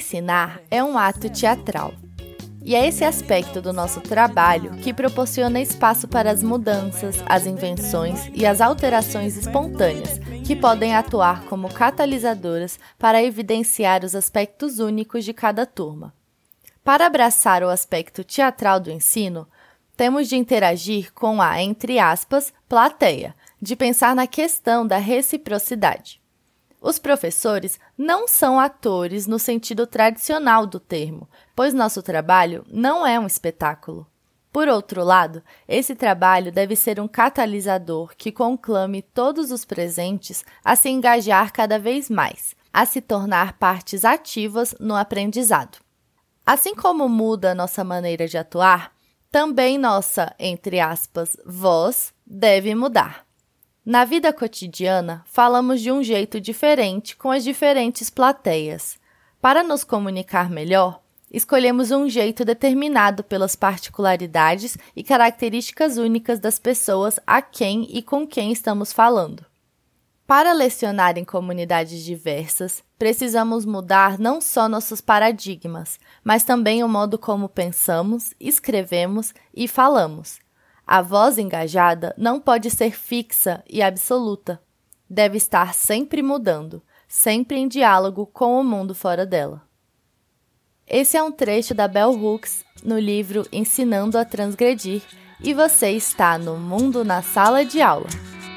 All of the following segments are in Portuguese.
Ensinar é um ato teatral. E é esse aspecto do nosso trabalho que proporciona espaço para as mudanças, as invenções e as alterações espontâneas, que podem atuar como catalisadoras para evidenciar os aspectos únicos de cada turma. Para abraçar o aspecto teatral do ensino, temos de interagir com a, entre aspas, plateia, de pensar na questão da reciprocidade. Os professores não são atores no sentido tradicional do termo, pois nosso trabalho não é um espetáculo. Por outro lado, esse trabalho deve ser um catalisador que conclame todos os presentes a se engajar cada vez mais, a se tornar partes ativas no aprendizado. Assim como muda nossa maneira de atuar, também nossa, entre aspas, voz deve mudar. Na vida cotidiana, falamos de um jeito diferente com as diferentes plateias. Para nos comunicar melhor, escolhemos um jeito determinado pelas particularidades e características únicas das pessoas a quem e com quem estamos falando. Para lecionar em comunidades diversas, precisamos mudar não só nossos paradigmas, mas também o modo como pensamos, escrevemos e falamos. A voz engajada não pode ser fixa e absoluta. Deve estar sempre mudando, sempre em diálogo com o mundo fora dela. Esse é um trecho da Bell Hooks no livro Ensinando a Transgredir, e você está no Mundo na Sala de Aula.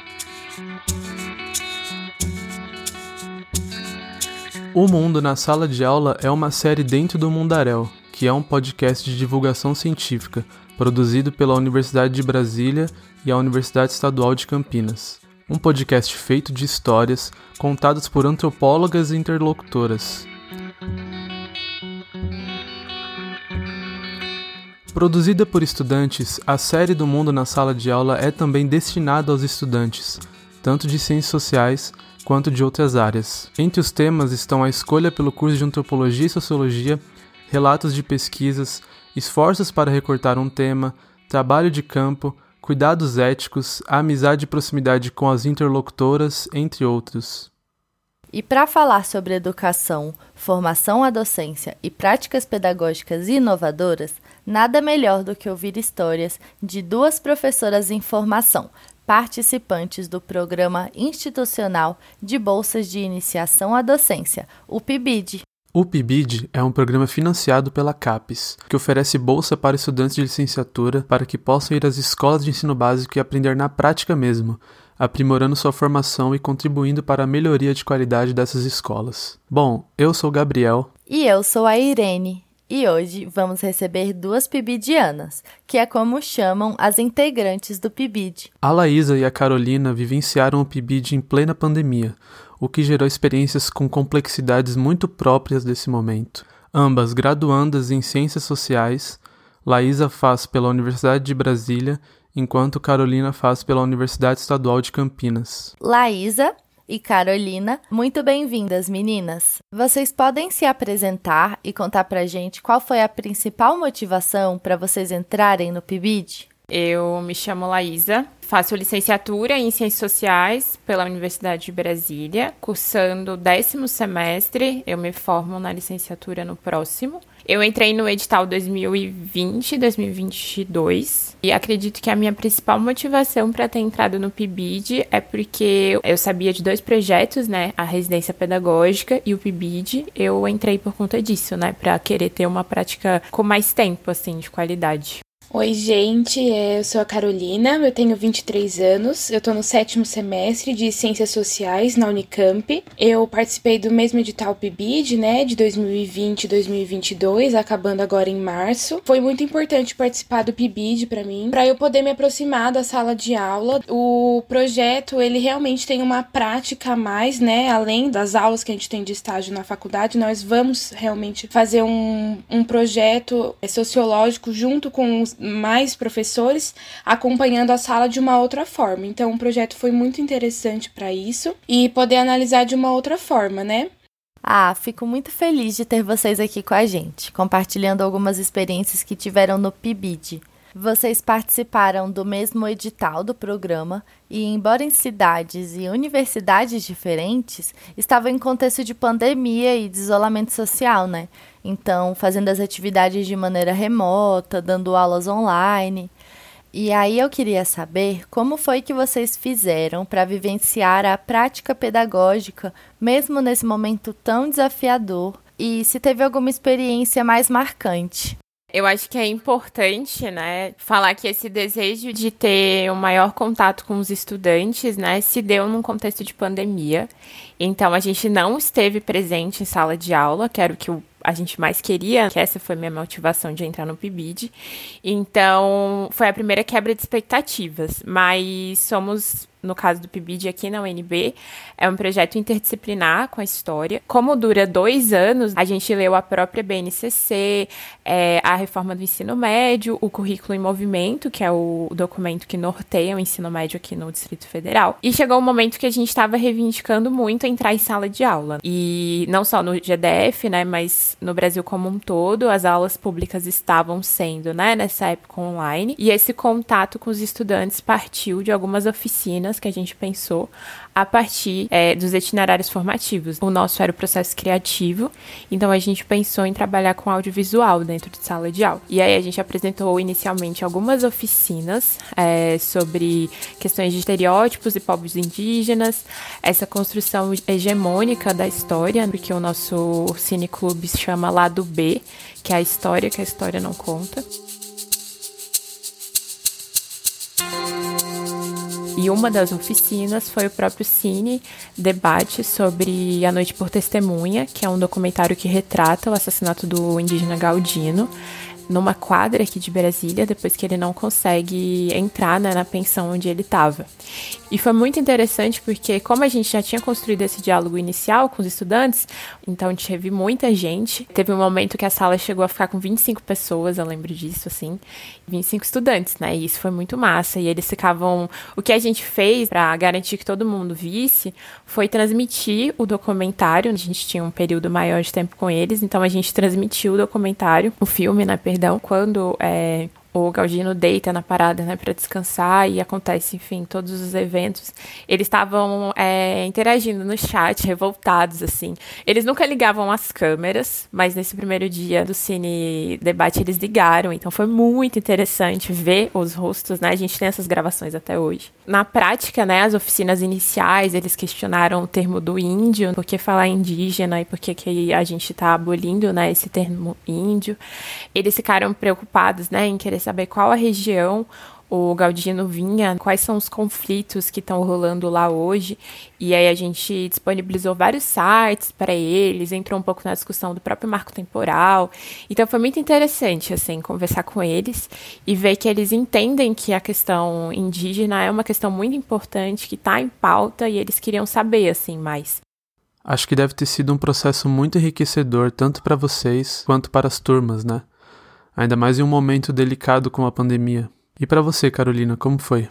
O Mundo na Sala de Aula é uma série dentro do Mundaréu, que é um podcast de divulgação científica, produzido pela Universidade de Brasília e a Universidade Estadual de Campinas. Um podcast feito de histórias contadas por antropólogas e interlocutoras. Produzida por estudantes, a série do Mundo na Sala de Aula é também destinada aos estudantes, tanto de ciências sociais quanto de outras áreas. Entre os temas estão a escolha pelo curso de Antropologia e Sociologia, relatos de pesquisas, esforços para recortar um tema, trabalho de campo, cuidados éticos, a amizade e proximidade com as interlocutoras, entre outros. E para falar sobre educação, formação à docência e práticas pedagógicas inovadoras, nada melhor do que ouvir histórias de duas professoras em formação, participantes do Programa Institucional de Bolsas de Iniciação à Docência, o PIBID. O PIBID é um programa financiado pela CAPES, que oferece bolsa para estudantes de licenciatura para que possam ir às escolas de ensino básico e aprender na prática mesmo, aprimorando sua formação e contribuindo para a melhoria de qualidade dessas escolas. Bom, eu sou o Gabriel. E eu sou a Irene. E hoje vamos receber duas PIBIdianas, que é como chamam as integrantes do PIBID. A Laísa e a Carolina vivenciaram o PIBID em plena pandemia, o que gerou experiências com complexidades muito próprias desse momento. Ambas graduandas em Ciências Sociais, Laísa faz pela Universidade de Brasília, enquanto Carolina faz pela Universidade Estadual de Campinas. Laísa e Carolina, muito bem-vindas, meninas! Vocês podem se apresentar e contar pra gente qual foi a principal motivação para vocês entrarem no PIBID? Eu me chamo Laísa, faço licenciatura em Ciências Sociais pela Universidade de Brasília, cursando o 10º semestre, eu me formo na licenciatura no próximo. Eu entrei no edital 2020-2022 e acredito que a minha principal motivação para ter entrado no PIBID é porque eu sabia de dois projetos, né, a residência pedagógica e o PIBID. Eu entrei por conta disso, né, para querer ter uma prática com mais tempo, assim, de qualidade. Oi, gente, eu sou a Carolina, eu tenho 23 anos, eu tô no 7º semestre de Ciências Sociais na Unicamp. Eu participei do mesmo edital PIBID, né, de 2020 e 2022, acabando agora em março. Foi muito importante participar do PIBID pra mim, pra eu poder me aproximar da sala de aula. O projeto, ele realmente tem uma prática a mais, né, além das aulas que a gente tem de estágio na faculdade, nós vamos realmente fazer um projeto sociológico junto com os mais professores, acompanhando a sala de uma outra forma. Então, o projeto foi muito interessante para isso e poder analisar de uma outra forma, né? Fico muito feliz de ter vocês aqui com a gente, compartilhando algumas experiências que tiveram no PIBID. Vocês participaram do mesmo edital do programa e, embora em cidades e universidades diferentes, estavam em contexto de pandemia e de isolamento social, né? Então, fazendo as atividades de maneira remota, dando aulas online. E aí eu queria saber como foi que vocês fizeram para vivenciar a prática pedagógica, mesmo nesse momento tão desafiador, e se teve alguma experiência mais marcante. Eu acho que é importante, né, falar que esse desejo de ter um maior contato com os estudantes, né, se deu num contexto de pandemia. Então, a gente não esteve presente em sala de aula, que era o que a gente mais queria, que essa foi minha motivação de entrar no PIBID. Então, foi a primeira quebra de expectativas, mas somos, no caso do PIBID aqui na UNB, é um projeto interdisciplinar com a história. Como dura 2 anos, a gente leu a própria BNCC, a reforma do ensino médio, o currículo em movimento, que é o documento que norteia o ensino médio aqui no Distrito Federal. E chegou um momento que a gente estava reivindicando muito entrar em sala de aula. E não só no GDF, né, mas no Brasil como um todo, as aulas públicas estavam sendo, né, nessa época online. E esse contato com os estudantes partiu de algumas oficinas que a gente pensou a partir dos itinerários formativos. O nosso era o processo criativo, então a gente pensou em trabalhar com audiovisual dentro de sala de aula. E aí a gente apresentou inicialmente algumas oficinas sobre questões de estereótipos e povos indígenas, essa construção hegemônica da história, porque o nosso cineclube se chama Lado B, que é a história que a história não conta. E uma das oficinas foi o próprio Cine Debate sobre A Noite por Testemunha, que é um documentário que retrata o assassinato do indígena Galdino numa quadra aqui de Brasília, depois que ele não consegue entrar, né, na pensão onde ele estava. E foi muito interessante porque, como a gente já tinha construído esse diálogo inicial com os estudantes, então teve muita gente. Teve um momento que a sala chegou a ficar com 25 pessoas, eu lembro disso, assim, 25 estudantes, né, e isso foi muito massa. E eles ficavam... O que a gente fez para garantir que todo mundo visse foi transmitir o documentário. A gente tinha um período maior de tempo com eles, então a gente transmitiu o documentário, o filme, né, quando o Galdino deita na parada, né, para descansar e acontece, enfim, todos os eventos. Eles estavam interagindo no chat, revoltados, assim. Eles nunca ligavam as câmeras, mas nesse primeiro dia do Cine Debate eles ligaram, então foi muito interessante ver os rostos, né, a gente tem essas gravações até hoje. Na prática, né, as oficinas iniciais, eles questionaram o termo do índio, por que falar indígena e por que a gente está abolindo, né, esse termo índio. Eles ficaram preocupados, né, em querer saber qual a região o Galdino vinha, quais são os conflitos que estão rolando lá hoje. E aí a gente disponibilizou vários sites para eles, entrou um pouco na discussão do próprio marco temporal. Então foi muito interessante, assim, conversar com eles e ver que eles entendem que a questão indígena é uma questão muito importante, que está em pauta e eles queriam saber, assim, mais. Acho que deve ter sido um processo muito enriquecedor, tanto para vocês quanto para as turmas, né? Ainda mais em um momento delicado como a pandemia. E para você, Carolina, como foi?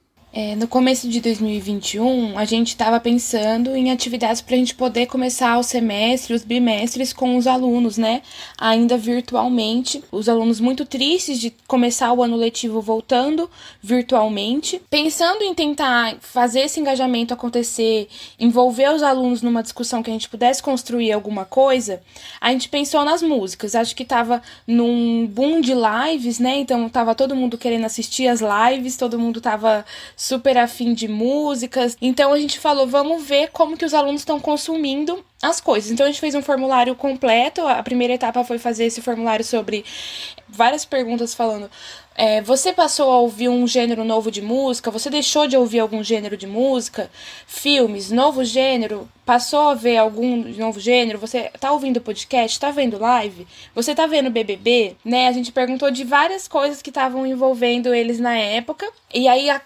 No começo de 2021, a gente estava pensando em atividades para a gente poder começar o semestre, os bimestres com os alunos, né? Ainda virtualmente. Os alunos muito tristes de começar o ano letivo voltando virtualmente. Pensando em tentar fazer esse engajamento acontecer, envolver os alunos numa discussão que a gente pudesse construir alguma coisa, a gente pensou nas músicas. Acho que estava num boom de lives, né? Então estava todo mundo querendo assistir as lives, todo mundo estava super afim de músicas. Então a gente falou, vamos ver como que os alunos estão consumindo as coisas. Então a gente fez um formulário completo. A primeira etapa foi fazer esse formulário sobre várias perguntas falando: você passou a ouvir um gênero novo de música? Você deixou de ouvir algum gênero de música? Filmes, novo gênero? Passou a ver algum novo gênero? Você tá ouvindo podcast? Tá vendo live? Você tá vendo BBB? Né? A gente perguntou de várias coisas que estavam envolvendo eles na época. E aí a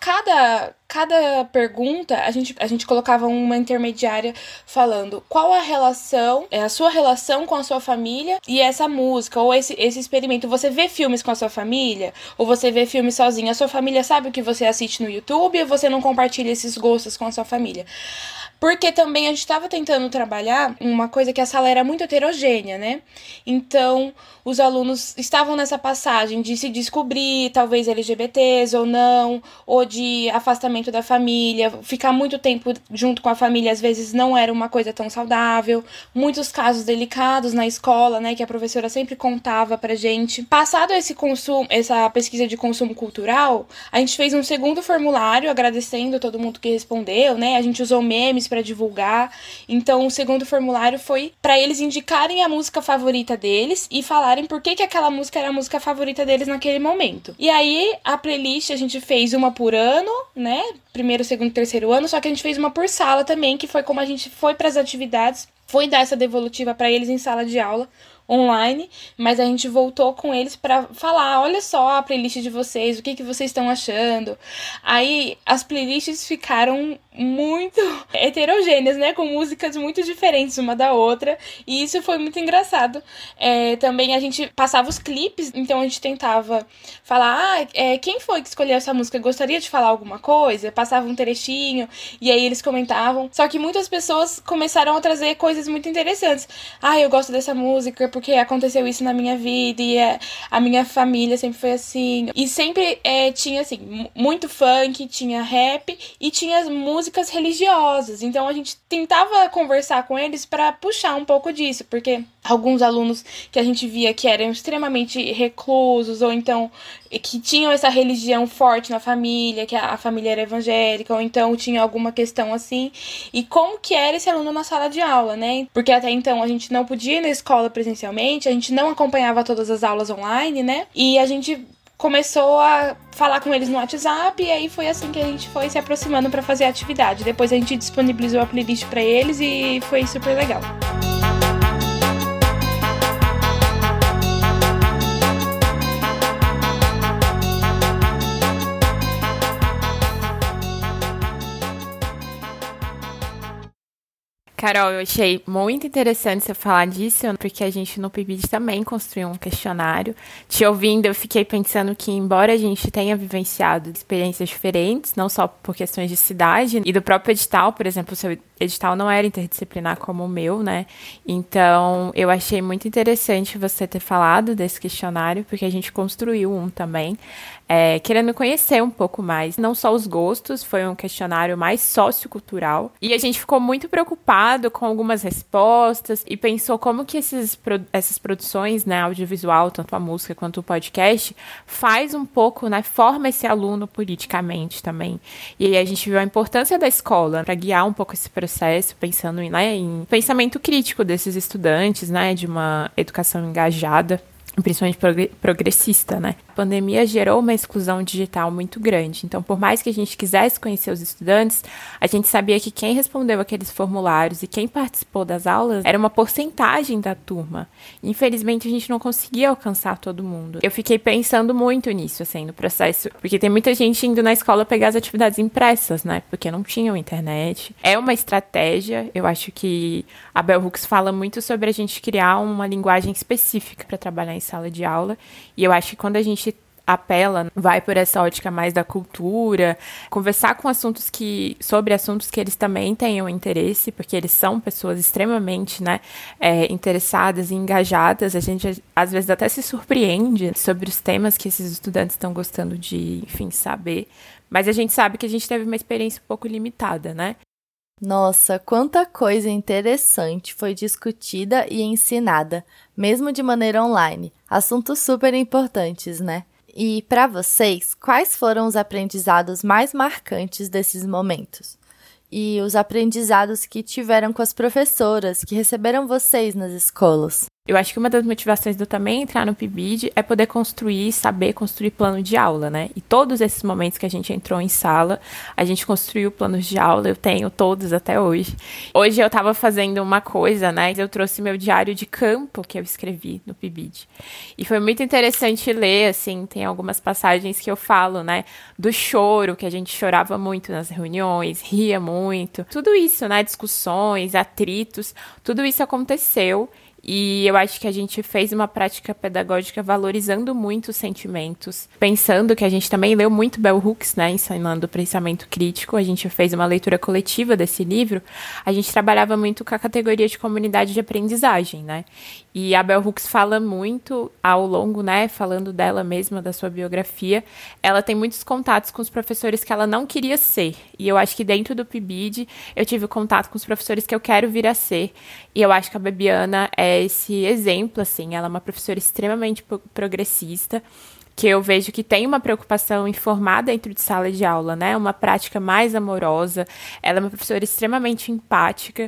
cada pergunta a gente colocava uma intermediária falando qual a relação, a sua relação com a sua família e essa música, ou esse experimento. Você vê filmes com a sua família? Ou você vê filmes sozinho? A sua família sabe o que você assiste no YouTube ou você não compartilha esses gostos com a sua família? porque também a gente estava tentando trabalhar uma coisa que a sala era muito heterogênea, né? Então, os alunos estavam nessa passagem de se descobrir, talvez LGBTs ou não, ou de afastamento da família, ficar muito tempo junto com a família às vezes não era uma coisa tão saudável, muitos casos delicados na escola, né, que a professora sempre contava pra gente. Passado esse consumo, essa pesquisa de consumo cultural, a gente fez um segundo formulário agradecendo todo mundo que respondeu, né? A gente usou memes para divulgar. Então, o segundo formulário foi para eles indicarem a música favorita deles e falarem por que aquela música era a música favorita deles naquele momento. E aí, a playlist a gente fez uma por ano, né? Primeiro, segundo, terceiro ano, só que a gente fez uma por sala também, que foi como a gente foi para as atividades, foi dar essa devolutiva para eles em sala de aula online, mas a gente voltou com eles para falar, olha só a playlist de vocês, o que vocês estão achando. Aí as playlists ficaram muito heterogêneas, né, com músicas muito diferentes uma da outra, e isso foi muito engraçado. Também a gente passava os clipes, então a gente tentava falar, quem foi que escolheu essa música? Gostaria de falar alguma coisa? Passava um trechinho, e aí eles comentavam, só que muitas pessoas começaram a trazer coisas muito interessantes. Eu gosto dessa música porque aconteceu isso na minha vida e a minha família sempre foi assim. E sempre tinha, assim, muito funk, tinha rap e tinha as músicas religiosas. Então a gente tentava conversar com eles para puxar um pouco disso, porque alguns alunos que a gente via que eram extremamente reclusos ou então que tinham essa religião forte na família, que a família era evangélica, ou então tinha alguma questão assim. E como que era esse aluno na sala de aula, né? Porque até então a gente não podia ir na escola presencialmente, a gente não acompanhava todas as aulas online, né? E a gente começou a falar com eles no WhatsApp e aí foi assim que a gente foi se aproximando para fazer a atividade. Depois a gente disponibilizou a playlist para eles e foi super legal. Carol, eu achei muito interessante você falar disso, porque a gente no PIBID também construiu um questionário. Te ouvindo, eu fiquei pensando que, embora a gente tenha vivenciado experiências diferentes, não só por questões de cidade, e do próprio edital, por exemplo, o seu edital não era interdisciplinar como o meu, né? Então, eu achei muito interessante você ter falado desse questionário, porque a gente construiu um também, querendo conhecer um pouco mais, não só os gostos, foi um questionário mais sociocultural, e a gente ficou muito preocupado com algumas respostas e pensou como que essas produções, né, audiovisual, tanto a música quanto o podcast, faz um pouco, né, forma esse aluno politicamente também. E aí a gente viu a importância da escola para guiar um pouco esse processo, pensando em pensamento crítico desses estudantes, né, de uma educação engajada, principalmente progressista, né? A pandemia gerou uma exclusão digital muito grande. Então, por mais que a gente quisesse conhecer os estudantes, a gente sabia que quem respondeu aqueles formulários e quem participou das aulas era uma porcentagem da turma. Infelizmente, a gente não conseguia alcançar todo mundo. Eu fiquei pensando muito nisso, assim, no processo, porque tem muita gente indo na escola pegar as atividades impressas, né? Porque não tinham internet. É uma estratégia. Eu acho que a Bell Hooks fala muito sobre a gente criar uma linguagem específica para trabalhar em sala de aula, e eu acho que quando a gente apela, vai por essa ótica mais da cultura, conversar com sobre assuntos que eles também tenham interesse, porque eles são pessoas extremamente, né, interessadas e engajadas. A gente às vezes até se surpreende sobre os temas que esses estudantes estão gostando de, enfim, saber, mas a gente sabe que a gente teve uma experiência um pouco limitada, né? Nossa, quanta coisa interessante foi discutida e ensinada, mesmo de maneira online. Assuntos super importantes, né? E para vocês, quais foram os aprendizados mais marcantes desses momentos? E os aprendizados que tiveram com as professoras que receberam vocês nas escolas? Eu acho que uma das motivações de eu também entrar no PIBID é poder saber construir plano de aula, né? E todos esses momentos que a gente entrou em sala, a gente construiu planos de aula, eu tenho todos até hoje. Hoje eu tava fazendo uma coisa, né? Eu trouxe meu diário de campo que eu escrevi no PIBID. E foi muito interessante ler, assim, tem algumas passagens que eu falo, né? Do choro, que a gente chorava muito nas reuniões, ria muito. Tudo isso, né? Discussões, atritos, tudo isso aconteceu. E eu acho que a gente fez uma prática pedagógica valorizando muito os sentimentos, pensando que a gente também leu muito Bell Hooks, né, ensinando o pensamento crítico. A gente fez uma leitura coletiva desse livro. A gente trabalhava muito com a categoria de comunidade de aprendizagem, né? E a Bell Hooks fala muito ao longo, né, falando dela mesma, da sua biografia, ela tem muitos contatos com os professores que ela não queria ser. E eu acho que dentro do PIBID eu tive contato com os professores que eu quero vir a ser. E eu acho que a Bebiana é esse exemplo, assim, ela é uma professora extremamente progressista, que eu vejo que tem uma preocupação em formar dentro de sala de aula, né? Uma prática mais amorosa. Ela é uma professora extremamente empática.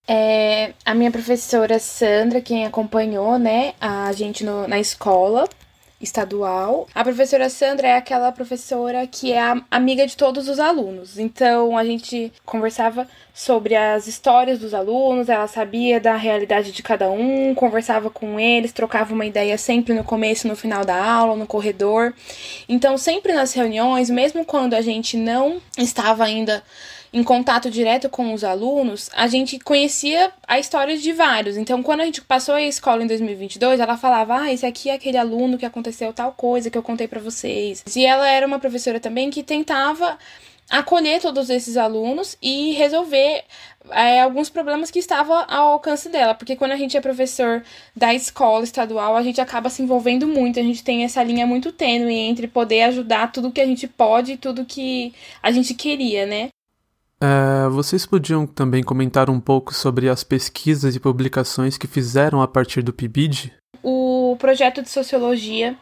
A minha professora Sandra, quem acompanhou, né, a gente na escola estadual. A professora Sandra é aquela professora que é amiga de todos os alunos. Então, a gente conversava sobre as histórias dos alunos, ela sabia da realidade de cada um, conversava com eles, trocava uma ideia sempre no começo e no final da aula, no corredor. Então, sempre nas reuniões, mesmo quando a gente não estava ainda em contato direto com os alunos, a gente conhecia a história de vários. Então, quando a gente passou a escola em 2022, ela falava, esse aqui é aquele aluno que aconteceu tal coisa que eu contei pra vocês. E ela era uma professora também que tentava acolher todos esses alunos e resolver alguns problemas que estavam ao alcance dela, porque quando a gente é professor da escola estadual, a gente acaba se envolvendo muito, a gente tem essa linha muito tênue entre poder ajudar tudo que a gente pode e tudo que a gente queria, né? Vocês podiam também comentar um pouco sobre as pesquisas e publicações que fizeram a partir do PIBID? O projeto de sociologia,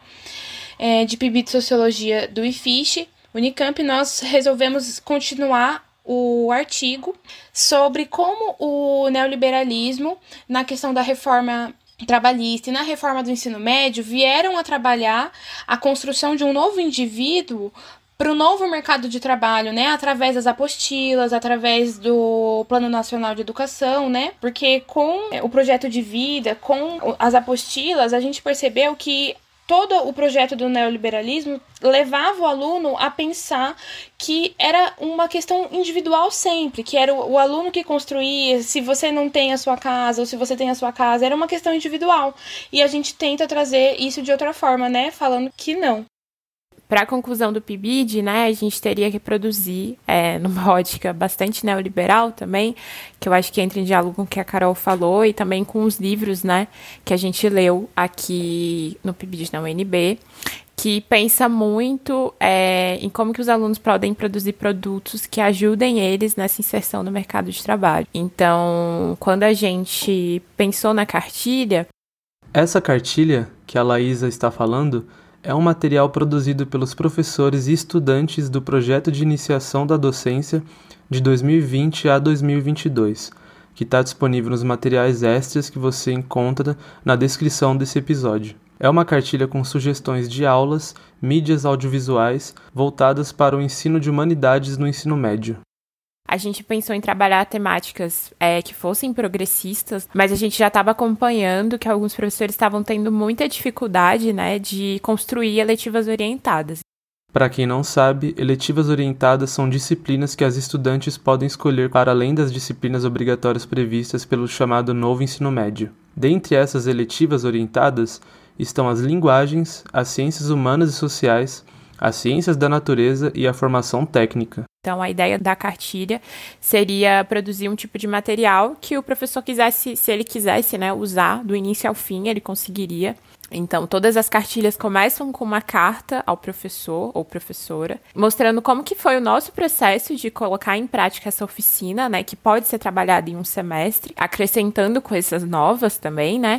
de PIBID Sociologia do IFISH, Unicamp, nós resolvemos continuar o artigo sobre como o neoliberalismo, na questão da reforma trabalhista e na reforma do ensino médio, vieram a trabalhar a construção de um novo indivíduo para o novo mercado de trabalho, né, através das apostilas, através do Plano Nacional de Educação, né, porque com o projeto de vida, com as apostilas, a gente percebeu que todo o projeto do neoliberalismo levava o aluno a pensar que era uma questão individual sempre, que era o aluno que construía, se você não tem a sua casa ou se você tem a sua casa, era uma questão individual. E a gente tenta trazer isso de outra forma, né, falando que não. Para a conclusão do PIBID, né, a gente teria que produzir, numa ótica bastante neoliberal também, que eu acho que entra em diálogo com o que a Carol falou, e também com os livros, né, que a gente leu aqui no PIBID na UNB, que pensa muito em como que os alunos podem produzir produtos que ajudem eles nessa inserção no mercado de trabalho. Então, quando a gente pensou na cartilha... Essa cartilha que a Laísa está falando é um material produzido pelos professores e estudantes do projeto de iniciação da docência de 2020 a 2022, que está disponível nos materiais extras que você encontra na descrição desse episódio. É uma cartilha com sugestões de aulas, mídias audiovisuais voltadas para o ensino de humanidades no ensino médio. A gente pensou em trabalhar temáticas que fossem progressistas, mas a gente já estava acompanhando que alguns professores estavam tendo muita dificuldade, né, de construir eletivas orientadas. Para quem não sabe, eletivas orientadas são disciplinas que as estudantes podem escolher para além das disciplinas obrigatórias previstas pelo chamado novo ensino médio. Dentre essas eletivas orientadas estão as linguagens, as ciências humanas e sociais, as ciências da natureza e a formação técnica. Então, a ideia da cartilha seria produzir um tipo de material que o professor quisesse, se ele quisesse, né, usar do início ao fim, ele conseguiria. Então, todas as cartilhas começam com uma carta ao professor ou professora, mostrando como que foi o nosso processo de colocar em prática essa oficina, né, que pode ser trabalhada em um semestre, acrescentando coisas novas também, né?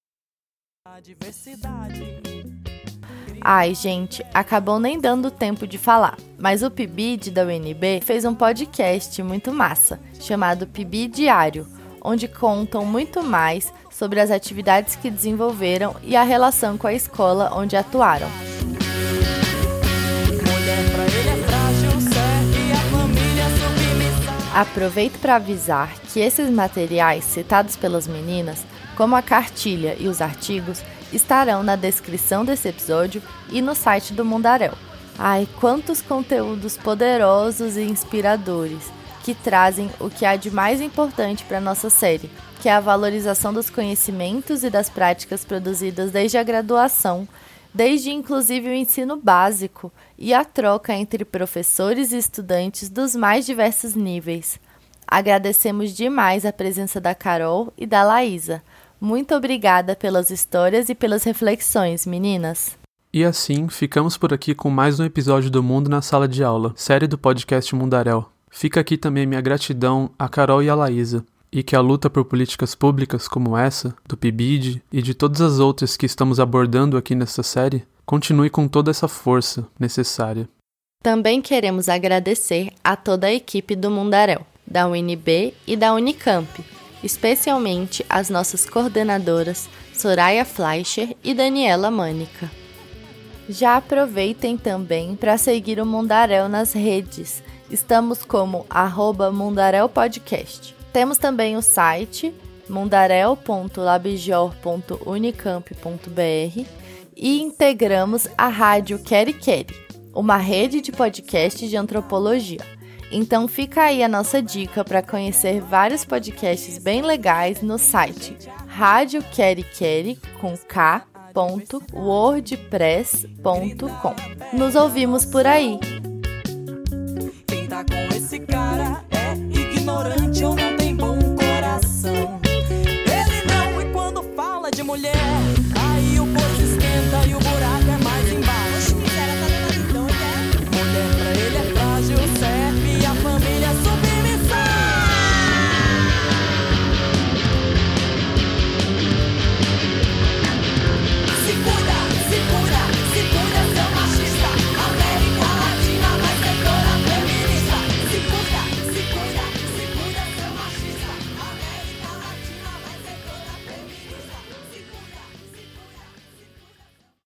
Ai, gente, acabou nem dando tempo de falar, mas o PIBID da UNB fez um podcast muito massa, chamado PIBID Diário, onde contam muito mais sobre as atividades que desenvolveram e a relação com a escola onde atuaram. Aproveito para avisar que esses materiais citados pelas meninas, como a cartilha e os artigos, estarão na descrição desse episódio e no site do Mundaréu. Ai, quantos conteúdos poderosos e inspiradores! que trazem o que há de mais importante para nossa série, que é a valorização dos conhecimentos e das práticas produzidas desde a graduação, desde inclusive o ensino básico e a troca entre professores e estudantes dos mais diversos níveis. Agradecemos demais a presença da Carol e da Laísa. Muito obrigada pelas histórias e pelas reflexões, meninas! E assim, ficamos por aqui com mais um episódio do Mundo na Sala de Aula, série do podcast Mundaréu. Fica aqui também minha gratidão a Carol e a Laísa, e que a luta por políticas públicas como essa, do PIBID e de todas as outras que estamos abordando aqui nesta série, continue com toda essa força necessária. Também queremos agradecer a toda a equipe do Mundaréu, da UNB e da Unicamp, especialmente as nossas coordenadoras Soraya Fleischer e Daniela Mânica. Já aproveitem também para seguir o Mundaréu nas redes. Estamos como @mundaréupodcast. Temos também o site mundaréu.labjor.unicamp.br e integramos a Rádio Queri Queri, uma rede de podcasts de antropologia. Então fica aí a nossa dica para conhecer vários podcasts bem legais no site radioqueriqueri.wordpress.com. Nos ouvimos por aí!